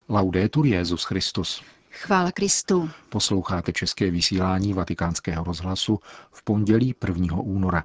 Laudetur Jesus Christus. Chvála Kristu. Posloucháte české vysílání Vatikánského rozhlasu v pondělí 1. února.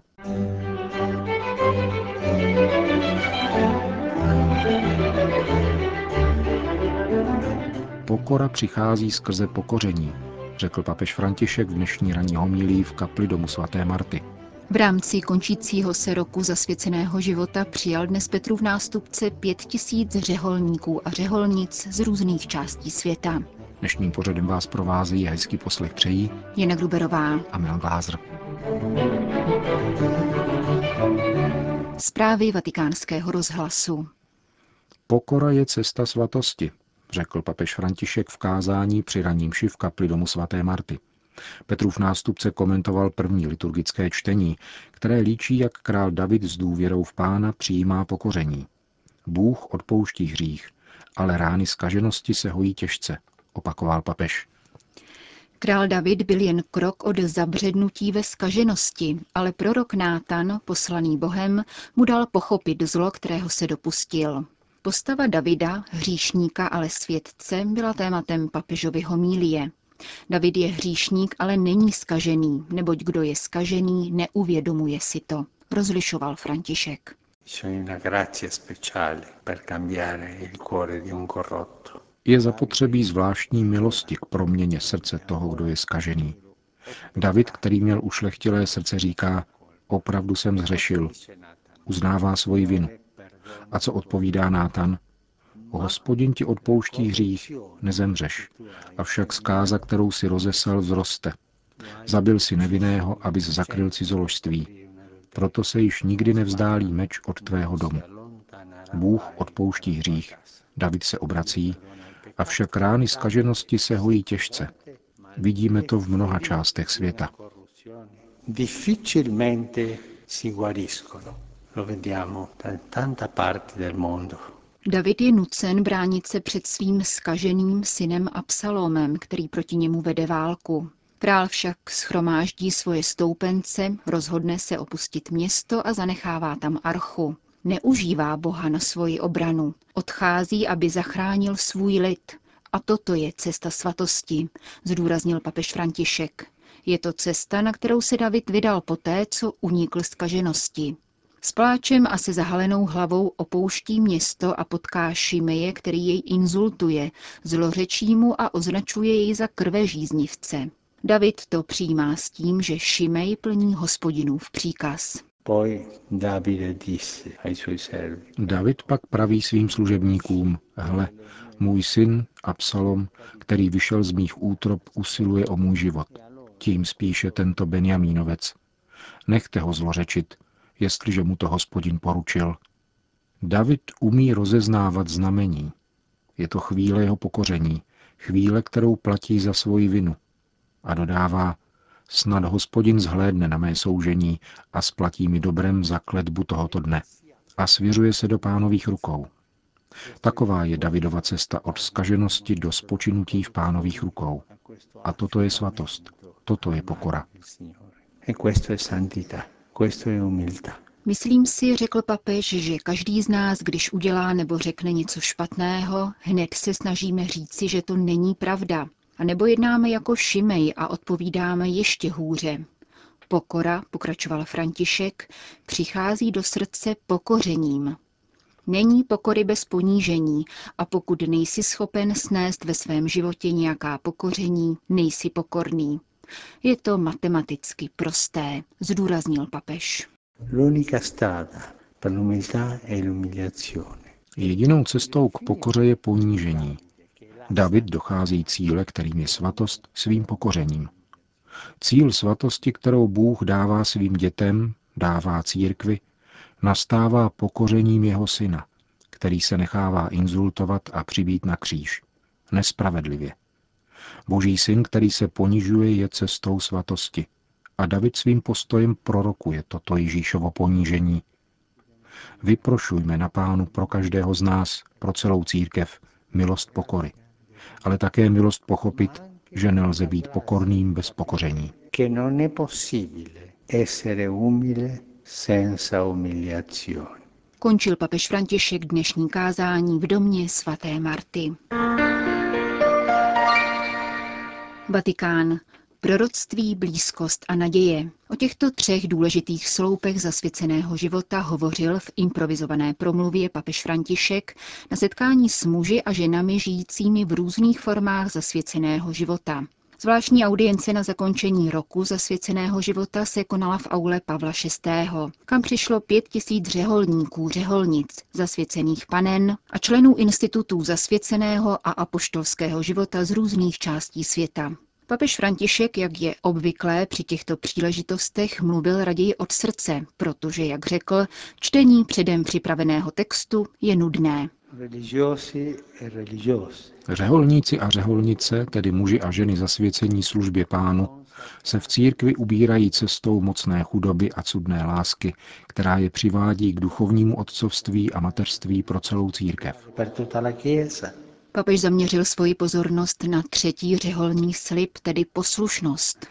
Pokora přichází skrze pokoření, řekl papež František v dnešní ranní homilii v kapli domu svaté Marty. V rámci končícího se roku zasvěceného života přijal dnes Petrův nástupce 5000 řeholníků a řeholnic z různých částí světa. Dnešním pořadem vás provází a hezký poslech přejí Jana Gruberová a Milan Glázer. Zprávy Vatikánského rozhlasu. Pokora je cesta svatosti, řekl papež František v kázání při ranní mši v kapli domu svaté Marty. Petrův nástupce komentoval první liturgické čtení, které líčí, jak král David s důvěrou v Pána přijímá pokoření. Bůh odpouští hřích, ale rány zkaženosti se hojí těžce, opakoval papež. Král David byl jen krok od zabřednutí ve zkaženosti, ale prorok Nátan, poslaný Bohem, mu dal pochopit zlo, kterého se dopustil. Postava Davida, hříšníka, ale světce, byla tématem papežovy homilie. David je hříšník, ale není zkažený, neboť kdo je zkažený, neuvědomuje si to, rozlišoval František. Je zapotřebí zvláštní milosti k proměně srdce toho, kdo je zkažený. David, který měl ušlechtilé srdce, říká, opravdu jsem zhřešil, uznává svoji vinu. A co odpovídá Nátan? Hospodin ti odpouští hřích, nezemřeš, avšak zkáza, kterou si rozesel, vzroste. Zabil si nevinného, abys zakryl cizoložství. Proto se již nikdy nevzdálí meč od tvého domu. Bůh odpouští hřích, David se obrací, avšak rány zkaženosti se hojí těžce. Vidíme to v mnoha částech světa. David je nucen bránit se před svým zkaženým synem Absalomem, který proti němu vede válku. Král však shromáždí svoje stoupence, rozhodne se opustit město a zanechává tam archu. Neužívá Boha na svoji obranu. Odchází, aby zachránil svůj lid. A toto je cesta svatosti, zdůraznil papež František. Je to cesta, na kterou se David vydal poté, co unikl zkaženosti. S pláčem a se zahalenou hlavou opouští město a potká Šimeje, který jej insultuje, zlořečí mu a označuje jej za krvežíznivce. David to přijímá s tím, že Šimej plní Hospodinův příkaz. David pak praví svým služebníkům, hle, můj syn Absalom, který vyšel z mých útrob, usiluje o můj život. Tím spíše tento Benjamínovec. Nechte ho zlořečit, jestliže mu to Hospodin poručil. David umí rozeznávat znamení. Je to chvíle jeho pokoření, chvíle, kterou platí za svoji vinu. A dodává, snad Hospodin zhlédne na mé soužení a splatí mi dobrem za kletbu tohoto dne. A svěřuje se do Pánových rukou. Taková je Davidova cesta od zkaženosti do spočinutí v Pánových rukou. A toto je svatost, toto je pokora. Myslím si, řekl papež, že každý z nás, když udělá nebo řekne něco špatného, hned se snažíme říci, že to není pravda. A nebo jednáme jako Šimej a odpovídáme ještě hůře. Pokora, pokračoval František, přichází do srdce pokořením. Není pokory bez ponížení a pokud nejsi schopen snést ve svém životě nějaká pokoření, nejsi pokorný. Je to matematicky prosté, zdůraznil papež. Jedinou cestou k pokoře je ponížení. David dochází cíle, kterým je svatost, svým pokořením. Cíl svatosti, kterou Bůh dává svým dětem, dává církvi, nastává pokořením jeho syna, který se nechává insultovat a přibít na kříž. Nespravedlivě. Boží syn, který se ponižuje, je cestou svatosti. A David svým postojem prorokuje toto Ježíšovo ponížení. Vyprošujme na Pánu pro každého z nás, pro celou církev, milost pokory, ale také milost pochopit, že nelze být pokorným bez pokoření. Končil papež František dnešní kázání v domě svaté Marty. Vatikán. Proroctví, blízkost a naděje. O těchto 3 důležitých sloupech zasvěceného života hovořil v improvizované promluvě papež František na setkání s muži a ženami žijícími v různých formách zasvěceného života. Zvláštní audience na zakončení roku zasvěceného života se konala v aule Pavla VI., kam přišlo 5 000 řeholníků, řeholnic, zasvěcených panen a členů institutů zasvěceného a apoštolského života z různých částí světa. Papež František, jak je obvyklé při těchto příležitostech, mluvil raději od srdce, protože, jak řekl, čtení předem připraveného textu je nudné. Řeholníci a řeholnice, tedy muži a ženy zasvěcení službě Pánu, se v církvi ubírají cestou mocné chudoby a cudné lásky, která je přivádí k duchovnímu otcovství a mateřství pro celou církev. Papež zaměřil svoji pozornost na 3. řeholní slib, tedy poslušnost.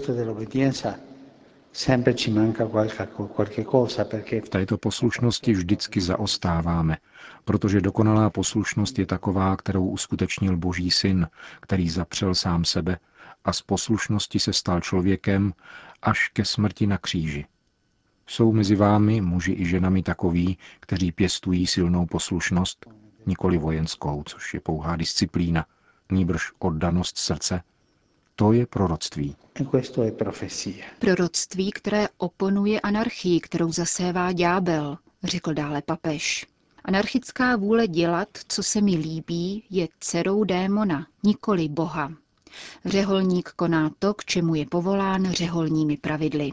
V této poslušnosti vždycky zaostáváme, protože dokonalá poslušnost je taková, kterou uskutečnil Boží syn, který zapřel sám sebe a z poslušnosti se stal člověkem až ke smrti na kříži. Jsou mezi vámi, muži i ženami, takoví, kteří pěstují silnou poslušnost, nikoli vojenskou, což je pouhá disciplína, nýbrž oddanost srdce. To je proroctví. Proroctví, které oponuje anarchii, kterou zasévá ďábel, řekl dále papež. Anarchická vůle dělat, co se mi líbí, je dcerou démona, nikoli Boha. Řeholník koná to, k čemu je povolán řeholními pravidly.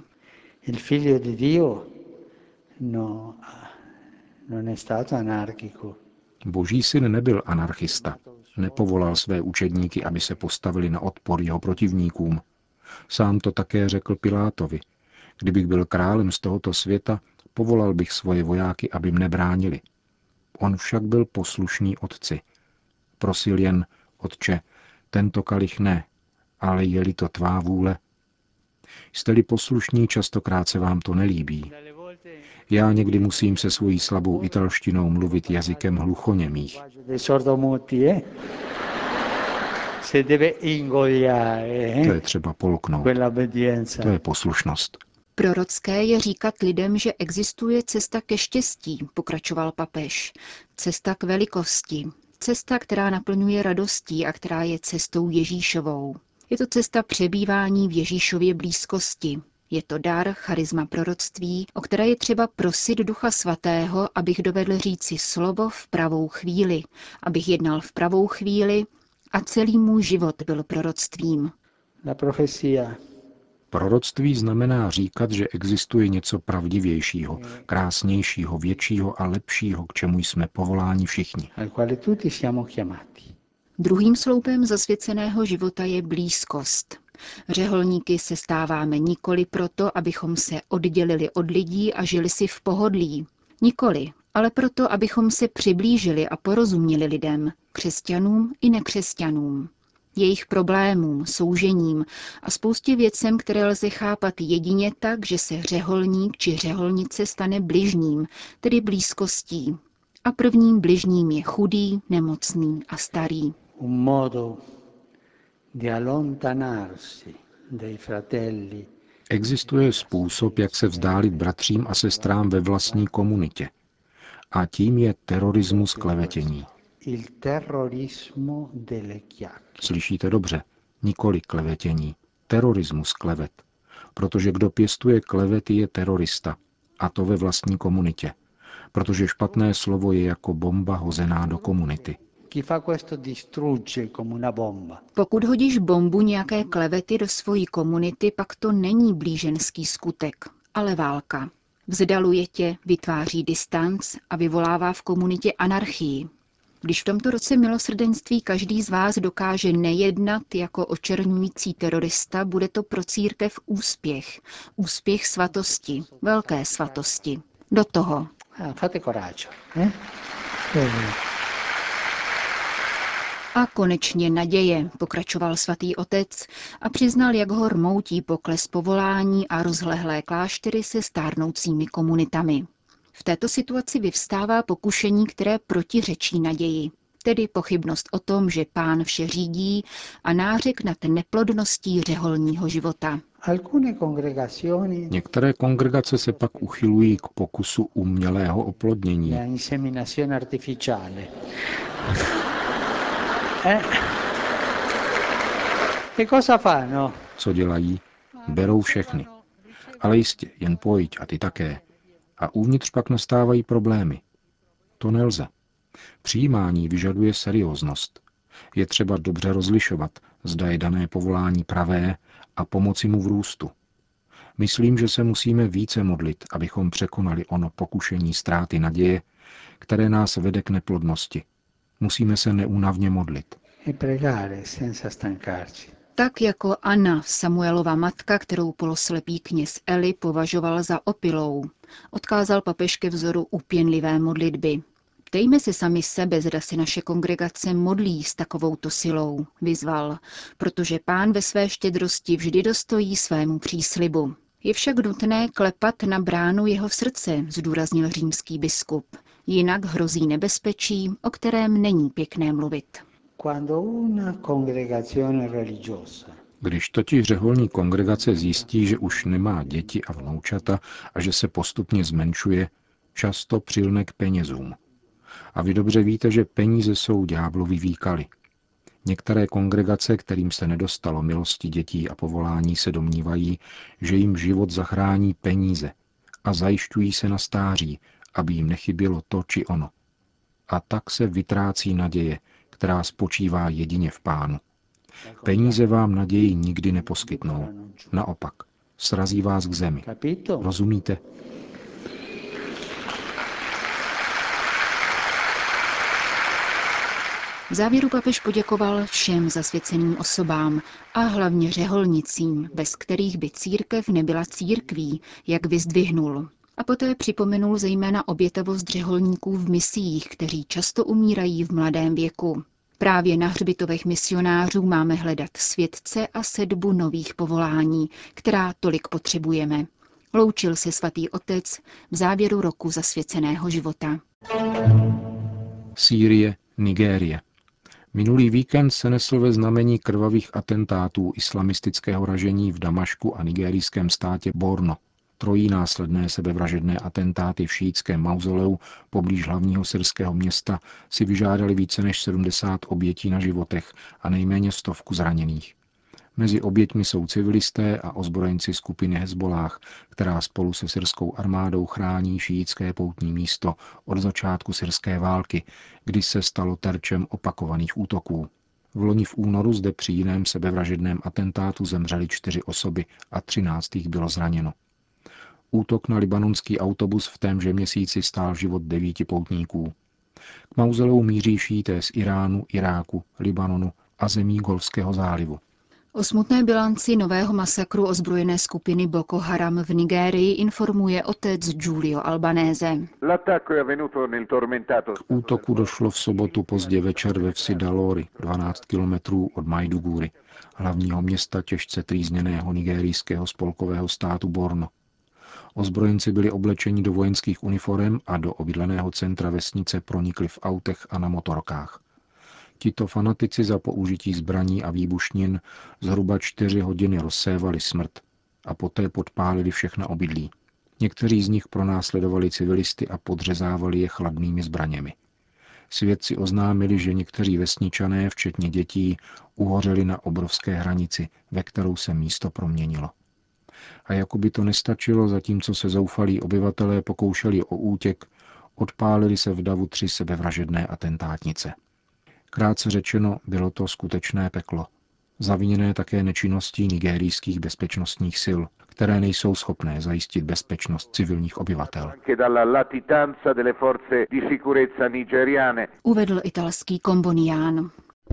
Boží syn nebyl anarchista. Nepovolal své učedníky, aby se postavili na odpor jeho protivníkům. Sám to také řekl Pilátovi. Kdybych byl králem z tohoto světa, povolal bych svoje vojáky, aby mne bránili. On však byl poslušný otci. Prosil jen, otče, tento kalich ne, ale je-li to tvá vůle. Jste-li poslušní, častokrát se vám to nelíbí. Já někdy musím se svojí slabou italštinou mluvit jazykem hluchoněmých. To je třeba polknout. To je poslušnost. Prorocké je říkat lidem, že existuje cesta ke štěstí, pokračoval papež. Cesta k velikosti. Cesta, která naplňuje radostí a která je cestou Ježíšovou. Je to cesta přebývání v Ježíšově blízkosti. Je to dar, charisma proroctví, o které je třeba prosit Ducha Svatého, abych dovedl říci slovo v pravou chvíli, abych jednal v pravou chvíli a celý můj život byl proroctvím. Proroctví znamená říkat, že existuje něco pravdivějšího, krásnějšího, většího a lepšího, k čemu jsme povoláni všichni. Druhým sloupem zasvěceného života je blízkost. Řeholníky se stáváme nikoli proto, abychom se oddělili od lidí a žili si v pohodlí. Nikoli, ale proto, abychom se přiblížili a porozuměli lidem, křesťanům i nekřesťanům. Jejich problémům, soužením a spoustě věcem, které lze chápat jedině tak, že se řeholník či řeholnice stane bližním, tedy blízkostí. A prvním bližním je chudý, nemocný a starý. Existuje způsob, jak se vzdálit bratřím a sestrám ve vlastní komunitě. A tím je terorismus klevetění. Slyšíte dobře, nikoli klevetění. Terorismus klevet. Protože kdo pěstuje klevety, je terorista. A to ve vlastní komunitě. Protože špatné slovo je jako bomba hozená do komunity. Pokud hodíš bombu nějaké klevety do svojí komunity, pak to není blíženský skutek, ale válka. Vzdaluje tě, vytváří distanc a vyvolává v komunitě anarchii. Když v tomto roce milosrdenství každý z vás dokáže nejednat jako očerňující terorista, bude to pro církev úspěch. Úspěch svatosti, velké svatosti. Do toho. A konečně naděje, pokračoval svatý otec a přiznal, jak ho rmoutí pokles povolání a rozlehlé kláštery se stárnoucími komunitami. V této situaci vyvstává pokušení, které protiřečí naději, tedy pochybnost o tom, že Pán vše řídí a nářek nad neplodností řeholního života. Některé kongregace se pak uchylují k pokusu umělého oplodnění. Co dělají? Berou všechny. Ale jistě, jen pojď a ty také. A uvnitř pak nastávají problémy. To nelze. Přijímání vyžaduje serióznost. Je třeba dobře rozlišovat, zda je dané povolání pravé a pomoci mu v růstu. Myslím, že se musíme více modlit, abychom překonali ono pokušení ztráty naděje, které nás vede k neplodnosti. Musíme se neúnavně modlit. Tak jako Anna, Samuelova matka, kterou poloslepý kněz Eli považoval za opilou, odkázal papež ke vzoru úpěnlivé modlitby. Ptejme se sami sebe, zda si naše kongregace modlí s takovouto silou, vyzval, protože Pán ve své štědrosti vždy dostojí svému příslibu. Je však nutné klepat na bránu jeho srdce, zdůraznil římský biskup. Jinak hrozí nebezpečí, o kterém není pěkné mluvit. Když totiž řeholní kongregace zjistí, že už nemá děti a vnoučata a že se postupně zmenšuje, často přilne k penězům. A vy dobře víte, že peníze jsou ďáblovi výkaly. Některé kongregace, kterým se nedostalo milosti dětí a povolání, se domnívají, že jim život zachrání peníze a zajišťují se na stáří, aby jim nechybělo to či ono. A tak se vytrácí naděje, která spočívá jedině v Pánu. Peníze vám naději nikdy neposkytnou. Naopak, srazí vás k zemi. Rozumíte? V závěru papež poděkoval všem zasvěceným osobám a hlavně řeholnicím, bez kterých by církev nebyla církví, jak vyzdvihnul. A poté připomenul zejména obětavost řeholníků v misiích, kteří často umírají v mladém věku. Právě na hřbitovech misionářů máme hledat světce a sedbu nových povolání, která tolik potřebujeme. Loučil se svatý otec v závěru roku zasvěceného života. Sýrie, Nigérie. Minulý víkend se nesl ve znamení krvavých atentátů islamistického ražení v Damašku a nigérijském státě Borno. Trojnásledné sebevražedné atentáty v šíitském mauzoleu poblíž hlavního syrského města si vyžádali více než 70 obětí na životech a nejméně 100 zraněných. Mezi oběťmi jsou civilisté a ozbrojenci skupiny Hezbollah, která spolu se syrskou armádou chrání šíitské poutní místo od začátku syrské války, kdy se stalo terčem opakovaných útoků. Vloni v únoru zde při jiném sebevražedném atentátu zemřely 4 osoby a 13 jich bylo zraněno. Útok na libanonský autobus v témže měsíci stál život 9 poutníků. K mauzoleu míří šíité z Iránu, Iráku, Libanonu a zemí Golfského zálivu. O smutné bilanci nového masakru ozbrojené skupiny Boko Haram v Nigérii informuje otec Giulio Albanese. K útoku došlo v sobotu pozdě večer ve vsi Dalori, 12 kilometrů od Maiduguri, hlavního města těžce trýzněného nigérijského spolkového státu Borno. Ozbrojenci byli oblečeni do vojenských uniforem a do obydleného centra vesnice pronikli v autech a na motorkách. Tito fanatici za použití zbraní a výbušnin zhruba 4 hodiny rozsévali smrt a poté podpálili všechna obydlí. Někteří z nich pronásledovali civilisty a podřezávali je chladnými zbraněmi. Svědci oznámili, že někteří vesničané, včetně dětí, uhořeli na obrovské hranici, ve kterou se místo proměnilo. A jako by to nestačilo, zatímco se zoufalí obyvatelé pokoušeli o útěk, odpálili se v davu 3 sebevražedné atentátnice. Krátce řečeno, bylo to skutečné peklo. Zaviněné také nečinností nigérijských bezpečnostních sil, které nejsou schopné zajistit bezpečnost civilních obyvatel. Uvedl italský kombonián.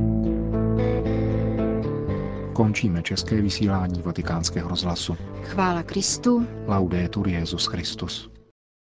Končíme české vysílání Vatikánského rozhlasu. Chvála Kristu. Laudetur Jesus Christus.